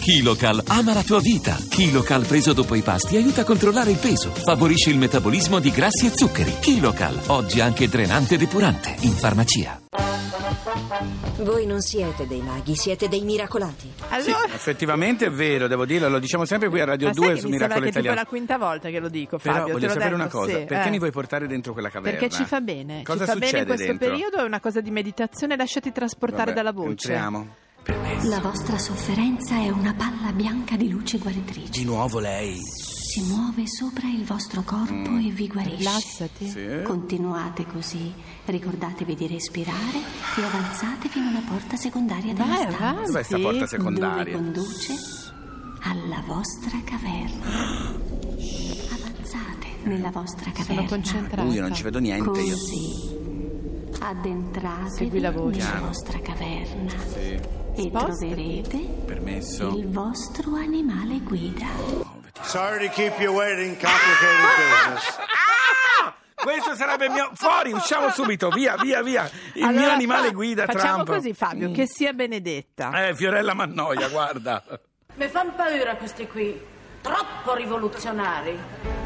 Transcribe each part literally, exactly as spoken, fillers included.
KiloCal ama la tua vita. KiloCal preso dopo i pasti aiuta a controllare il peso, favorisce il metabolismo di grassi e zuccheri. KiloCal, oggi anche drenante e depurante, in farmacia. Voi non siete dei maghi, siete dei miracolati. Allora... Sì, effettivamente è vero, devo dirlo, lo diciamo sempre qui a Radio Ma due sai su che mi Miracolo sembra che Italiano. è tipo la quinta volta che lo dico, Fabio. Però voglio te l'ho sapere detto, una cosa, sì, perché eh. mi vuoi portare dentro quella caverna? Perché ci fa bene, Cosa ci fa bene in succede questo dentro? periodo, è una cosa di meditazione, lasciati trasportare Vabbè, dalla voce. entriamo. Permesso. La vostra sofferenza è una palla bianca di luce guaritrice. Di nuovo lei. Si muove sopra il vostro corpo Mm. e vi guarisce. Rilassati. Sì. Continuate così, ricordatevi di respirare e avanzate fino alla porta secondaria della Vai stanza, avanti. Dov'è sta porta dove secondaria? conduce alla vostra caverna. Avanzate nella vostra Sono caverna. concentrata. Buio, non ci vedo niente io. Così addentratevi Segui la voce. nella Piano. vostra caverna Sì. e Spostati. troverete Permesso. il vostro animale guida. Sorry to keep you waiting, complicated business. Questo sarebbe il mio... Fuori, usciamo subito, via, via, via. Il Allora, mio animale fa- guida, Facciamo Trump. così, Fabio, Mm. che sia benedetta. Eh, Fiorella Mannoia, guarda. Mi fanno paura questi qui, troppo rivoluzionari.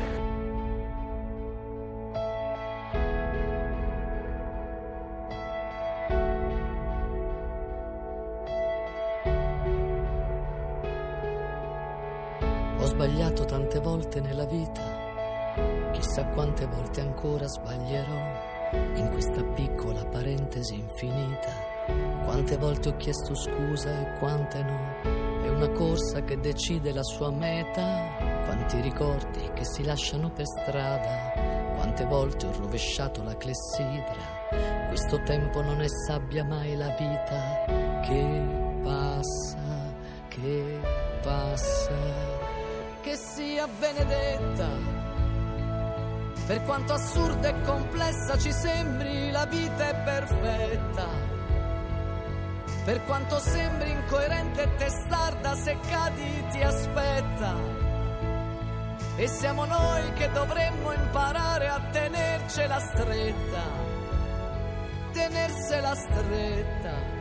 Ho sbagliato tante volte nella vita, chissà quante volte ancora sbaglierò in questa piccola parentesi infinita. Quante volte ho chiesto scusa e quante no, è una corsa che decide la sua meta. Quanti ricordi che si lasciano per strada, quante volte ho rovesciato la clessidra. Questo tempo non è sabbia mai la vita che passa, che passa. Che sia benedetta, per quanto assurda e complessa ci sembri, la vita è perfetta. Per quanto sembri incoerente e testarda, se cadi ti aspetta. E siamo noi che dovremmo imparare a tenercela stretta, tenersela stretta.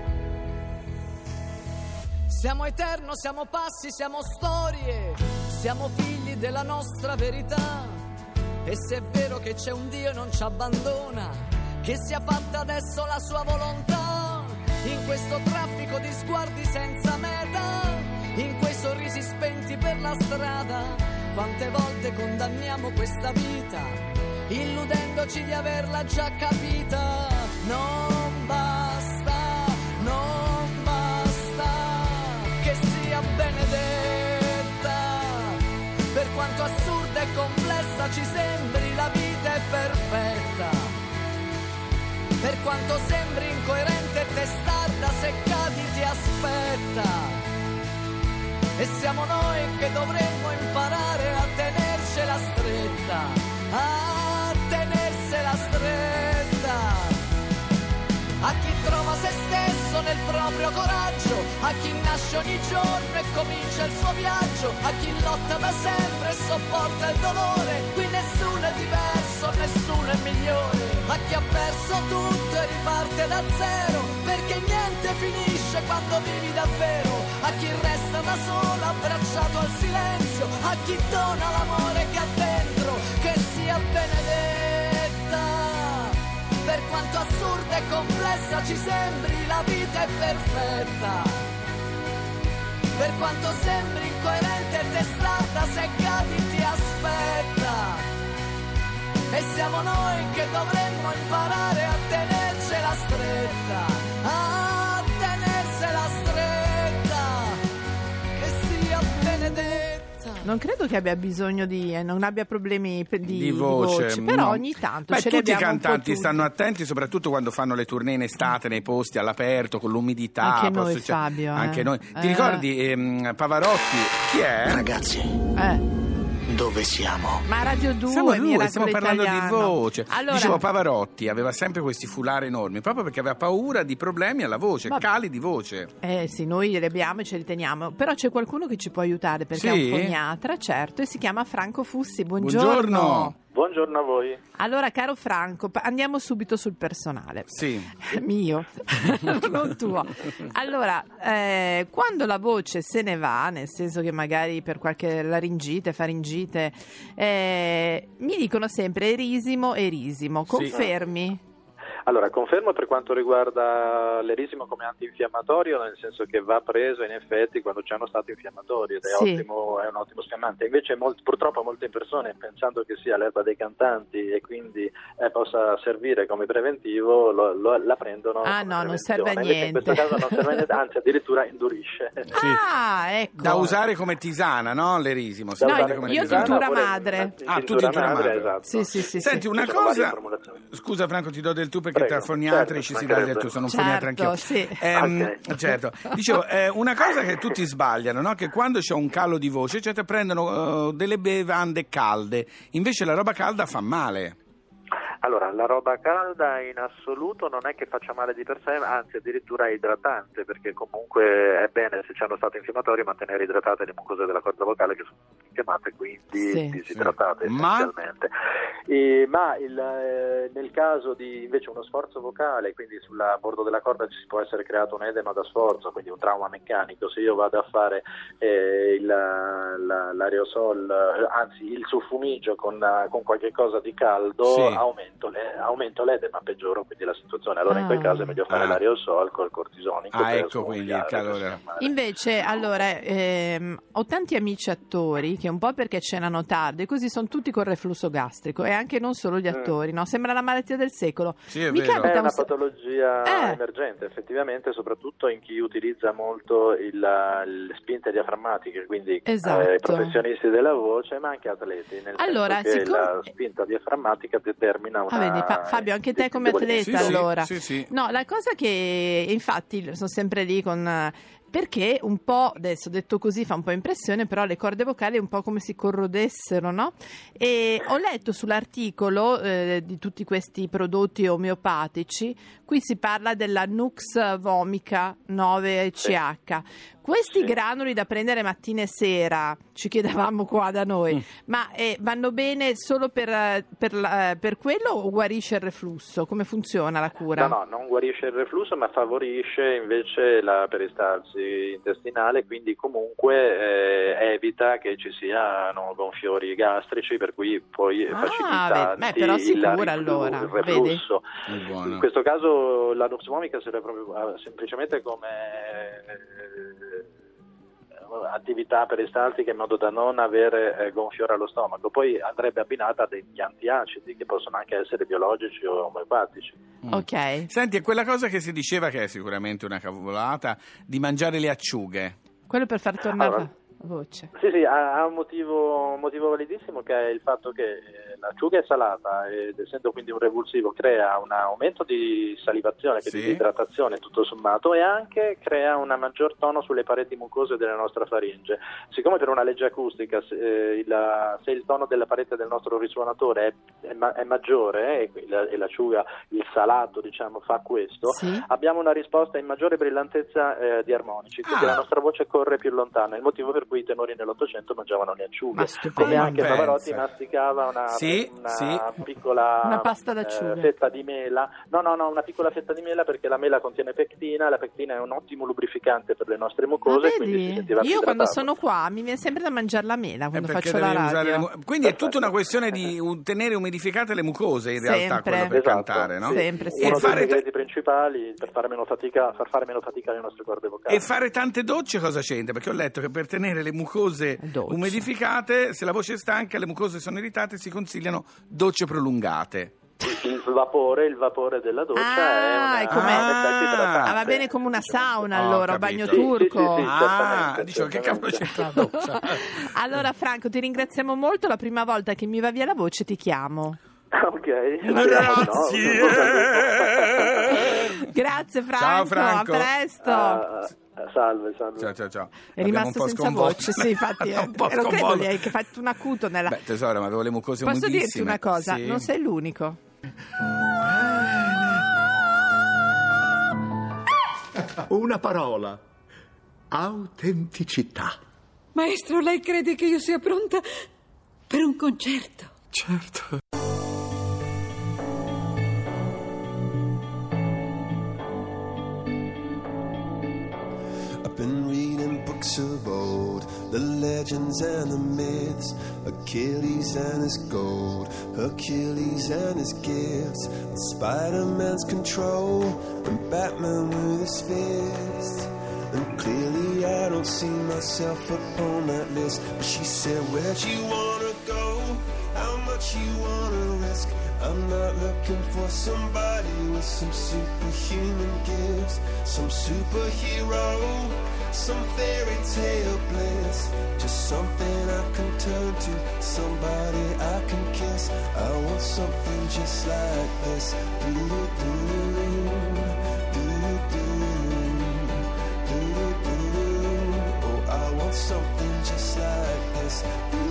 Siamo eterno, siamo passi, siamo storie, siamo figli della nostra verità. E se è vero che c'è un Dio e non ci abbandona, che sia fatta adesso la sua volontà. In questo traffico di sguardi senza meta, in quei sorrisi spenti per la strada, quante volte condanniamo questa vita, illudendoci di averla già capita. Non basta, non basta che sia benedetta. Per quanto assurda e complessa ci sembri, la vita è perfetta. Per quanto sembri incoerente e testarda, se cadi ti aspetta. E siamo noi che dovremmo imparare a tenercela stretta, a tenersela stretta. A chi trova se stesso nel proprio coraggio, a chi nasce ogni giorno e comincia il suo viaggio, a chi lotta da sempre e sopporta il dolore. Qui nessuno è diverso, nessuno è migliore. A chi ha perso tutto e riparte da zero, perché niente finisce quando vivi davvero. A chi resta da solo abbracciato al silenzio, a chi dona l'amore che ha dentro, che sia benedetta. Per quanto assurda e complessa ci sembri, la vita è perfetta. Per quanto sembri incoerente e testarda, se cadi ti aspetta. E siamo noi che dovremmo imparare a tenercela stretta, a tenersela stretta, che sia benedetta. Non credo che abbia bisogno di, eh, non abbia problemi pe- di, Di voce, di voce, però no. ogni tanto Beh, ce li tutti i abbiamo un po' cantanti tutti. stanno attenti, soprattutto quando fanno le tournée in estate nei posti all'aperto con l'umidità. Anche può noi, succedere- Fabio, eh. Anche noi. Ti Eh. ricordi ehm, Pavarotti? Chi è? Ragazzi, Eh. dove siamo? Ma Radio due, Siamo a due, Miracolo stiamo parlando Italiano. di voce. Allora, Dicevo, Pavarotti aveva sempre questi foulard enormi, proprio perché aveva paura di problemi alla voce, Vabbè. cali di voce. eh sì, noi li abbiamo e ce li teniamo, però c'è qualcuno che ci può aiutare perché Sì? è un foniatra, certo, e si chiama Franco Fussi. Buongiorno. Buongiorno. Buongiorno a voi. Allora, caro Franco, pa- andiamo subito sul personale. Sì. Mio, non tuo. Allora, eh, quando la voce se ne va, nel senso che magari per qualche laringite, faringite, eh, mi dicono sempre erisimo, erisimo. Confermi? Allora, confermo per quanto riguarda l'erisimo come antinfiammatorio, nel senso che va preso in effetti quando c'è uno stato infiammatorio ed è, Sì. ottimo, è un ottimo schiamante. Invece molt, purtroppo molte persone, pensando che sia l'erba dei cantanti e quindi eh, possa servire come preventivo, lo, lo, la prendono Ah, come no, non serve a prevenzione. Invece in niente. questo caso non serve a niente, anzi addirittura indurisce. Sì. Ah, ecco. Da usare come tisana, no? L'erisimo. si No, vede io- come io tisana. tintura oppure- madre. Ah, tu tintura madre. Esatto. Sì, sì, sì. Senti, sì. una Ci sono varie cosa. formulazioni. Scusa, Franco, ti do del tu perché Prego, tra foniatri certo, ci si mancherebbe. dà del tu, sono un Certo, foniatra anch'io. sì. Ehm, Ok. Certo. Dicevo, eh, una cosa che tutti sbagliano, no? Che quando c'è un calo di voce, cioè te prendono eh, delle bevande calde, invece la roba calda fa male. Allora, la roba calda in assoluto non è che faccia male di per sé, anzi addirittura è idratante, perché comunque è bene, se c'è uno stato infiammatorio, mantenere idratate le mucose della corda vocale che sono infiammate, quindi Sì. disidratate Sì. Ma- essenzialmente. E, ma il, eh, nel caso di invece uno sforzo vocale, quindi sulla bordo della corda ci può essere creato un edema da sforzo, quindi un trauma meccanico. Se io vado a fare eh, il, la, l'aerosol, eh, anzi il suffumigio con, con qualche cosa di caldo, Sì. aumento, le, aumento l'edema, peggioro quindi la situazione. Allora Ah. in quel caso è meglio fare Ah. l'aerosol col cortisonico. Ah, per ecco, quindi il sgonfiare, calore. per schiammare. Invece, allora, ehm, ho tanti amici attori che un po' perché cenano tardi, così sono tutti con reflusso gastrico, e anche non solo gli attori, no? Sembra la malattia del secolo. Sì, è Mi vero. capita È un una sa- patologia Eh. emergente effettivamente, soprattutto in chi utilizza molto il, le spinte diaframmatiche, quindi Esatto. eh, professionisti della voce, ma anche atleti, nel Allora, senso che siccome- la spinta diaframmatica determina una... Ah, vedi, Fa- Fabio, anche te come debolezza. atleta, Sì, sì, allora. sì, sì. No, la cosa che infatti sono sempre lì con eh, perché un po', adesso detto così fa un po' impressione, però le corde vocali è un po' come si corrodessero, no? E ho letto sull'articolo eh, di tutti questi prodotti omeopatici, qui si parla della Nux Vomica nove C H. Questi Sì. granuli da prendere mattina e sera, ci chiedevamo qua da noi, Mm. ma eh, vanno bene solo per, eh, per, la- per quello o guarisce il reflusso? Come funziona la cura? No, no, non guarisce il reflusso, ma favorisce invece la peristalsi intestinale, quindi comunque eh, evita che ci siano gonfiori gastrici, per cui poi Ah, facilita beh, però il, sicura, il allora, il reflusso. È buono. In questo caso la Nux Vomica serve proprio ah, semplicemente come eh, attività peristaltica in modo da non avere eh, gonfiore allo stomaco. Poi andrebbe abbinata a degli antiacidi che possono anche essere biologici o omeopatici. Mm. Ok. Senti, è quella cosa che si diceva, che è sicuramente una cavolata, di mangiare le acciughe. Quello per far tornare Allora. la voce. Sì, sì, ha, ha un motivo, un motivo validissimo, che è il fatto che eh, l'acciuga è salata ed essendo quindi un revulsivo crea un aumento di salivazione, Sì. quindi di idratazione tutto sommato, e anche crea un maggior tono sulle pareti mucose della nostra faringe. Siccome per una legge acustica se, eh, il, se il tono della parete del nostro risuonatore è, è, ma- è maggiore eh, e, la, e l'acciuga, il salato diciamo, fa questo, Sì. abbiamo una risposta in maggiore brillantezza eh, di armonici, quindi Ah. la nostra voce corre più lontana, il motivo per cui i tenori nell'Ottocento mangiavano le acciughe, Ma stupendo. come anche Pensa. Pavarotti masticava una, Sì, una sì. piccola Una pasta d'acciughe. eh, fetta di mela, no no no una piccola fetta di mela, perché la mela contiene pectina, la pectina è un ottimo lubrificante per le nostre Ma mucose, quindi si vedi? sentiva più Io quando idratato. sono qua mi viene sempre da mangiare la mela Eh, quando perché faccio la devi usare radio. le mu- Quindi è tutta una questione di u- tenere umidificate le mucose, in realtà, Sempre. quello per Esatto, cantare, no? sì. Sempre, sì. Uno E dei fare, segreti principali per fare meno fatica, far fare meno fatica alle nostre corde vocali. e fare tante docce cosa c'entra? Perché ho letto che per tenere le mucose Docce. umidificate, se la voce è stanca, le mucose sono irritate, si consigliano docce prolungate. Il vapore, il vapore della doccia Ah, è, è una, come- un effetto idratante. Ah, va bene come una sauna, Ho allora, capito. bagno Sì, sì, turco. sì, sì. Ah, certamente, dicevo, che cavolo certamente. c'entra la doccia? Allora Franco, ti ringraziamo molto, la prima volta che mi va via la voce ti chiamo. Ok, Grazie. Grazie Franco, Ciao, Franco. a presto. Ah, salve, salve. Ciao, ciao, ciao. È L'abbiamo rimasto un po' senza sconvolto. voce, sì, infatti, Un po' ero credo sconvolto. gli hai che fatto un acuto nella... Beh, tesoro, ma avevo le mucose Posso dirti umidissime. una cosa? Sì. Non sei l'unico. Una parola. Autenticità. Maestro, lei crede che io sia pronta per un concerto? Certo. books of old, the legends and the myths, Achilles and his gold, Hercules and his gifts, and Spider-Man's control, and Batman with his fists. And clearly I don't see myself upon that list. But she said, where'd you wanna go? How much you wanna risk? I'm not looking for somebody with some superhuman gifts, some superhero, some fairy tale bliss. Just something I can turn to, somebody I can kiss. I want something just like this. Do-do-do-do, do-do-do, oh, I want something just like this.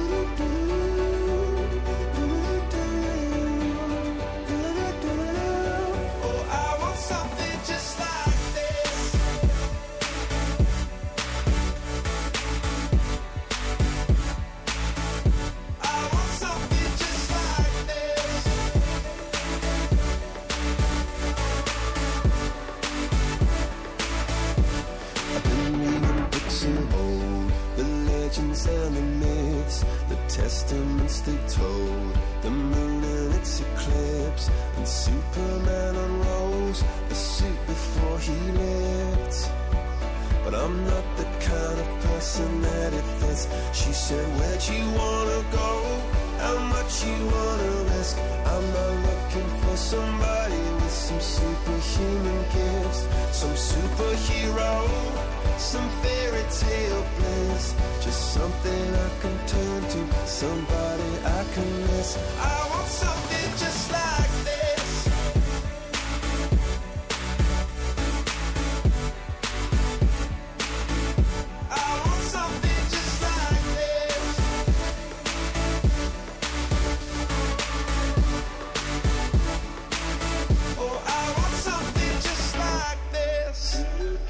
And the myths, the testaments they told, the moon and its eclipse, and Superman unrolls the suit before he lived. But I'm not the kind of person that it fits. She said, where'd you wanna go? How much you wanna risk? I'm not looking for somebody with some superhuman gifts, some superhero, some fairy tale bliss. Just something I can turn to, somebody I can miss. I want something just like this. I want something just like this. Oh, I want something just like this.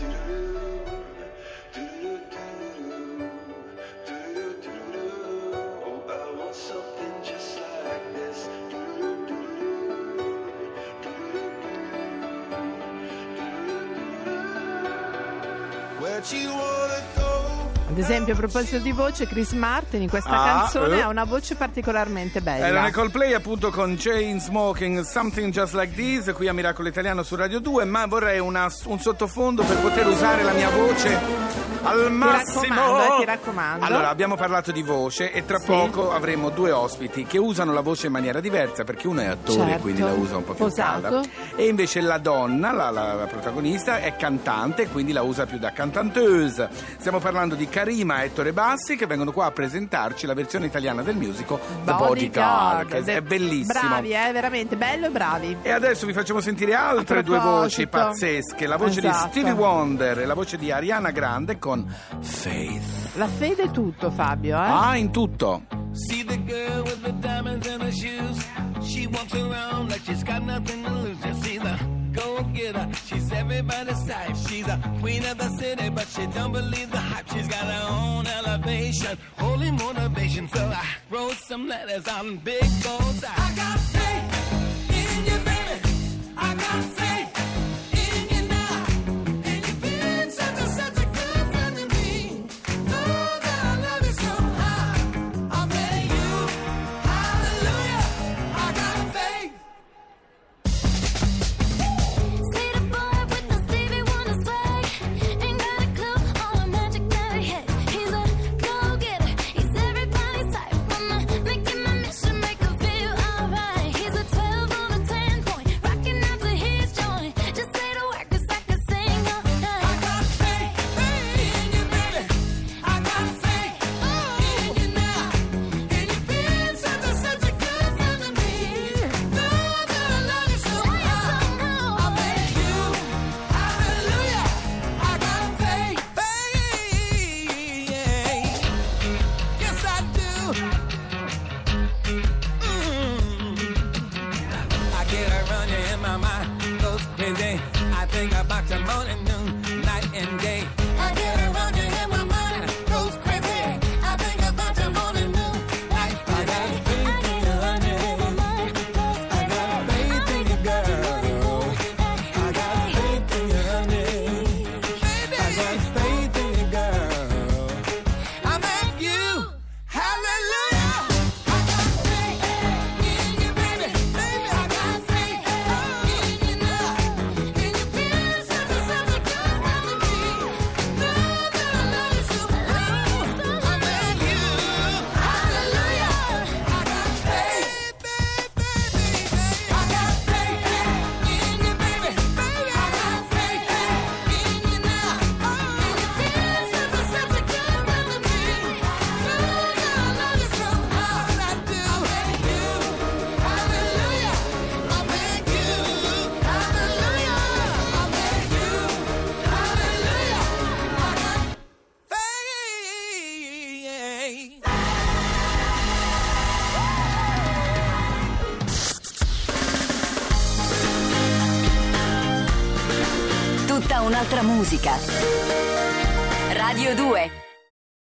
Ad esempio, a proposito di voce, Chris Martin in questa ah, canzone eh. ha una voce particolarmente bella. Era nel Coldplay appunto con Chainsmoking, Something Just Like This, qui a Miracolo Italiano su Radio due, ma vorrei una, un sottofondo per poter usare la mia voce al massimo. Ti raccomando, eh, ti raccomando. Allora, abbiamo parlato di voce e tra sì. poco avremo due ospiti che usano la voce in maniera diversa, perché uno è attore, certo. quindi la usa un po' più Posato. calda, e invece la donna, la, la, la protagonista, è cantante, quindi la usa più da cantanteuse. Stiamo parlando di Karima e Ettore Bassi, che vengono qua a presentarci la versione italiana del musical The Bodyguard, che è bellissimo. Bravi, eh, veramente bello e bravi. E adesso vi facciamo sentire altre due voci pazzesche, la voce esatto. di Stevie Wonder e la voce di Ariana Grande con Faith. La fede è tutto, Fabio, eh? Ah, in tutto. See the girl with the diamonds in her shoes. She walks around like she's got nothing to lose. Just see the go-getter. She's everybody's type. She's a queen of the city, but she don't believe the hype. She's got her own elevation, holy motivation. So I wrote some letters on big goals. I got faith in you, baby. I got faith. Making my mission, make her feel alright. He's a twelve on a ten. un'altra musica. Radio due.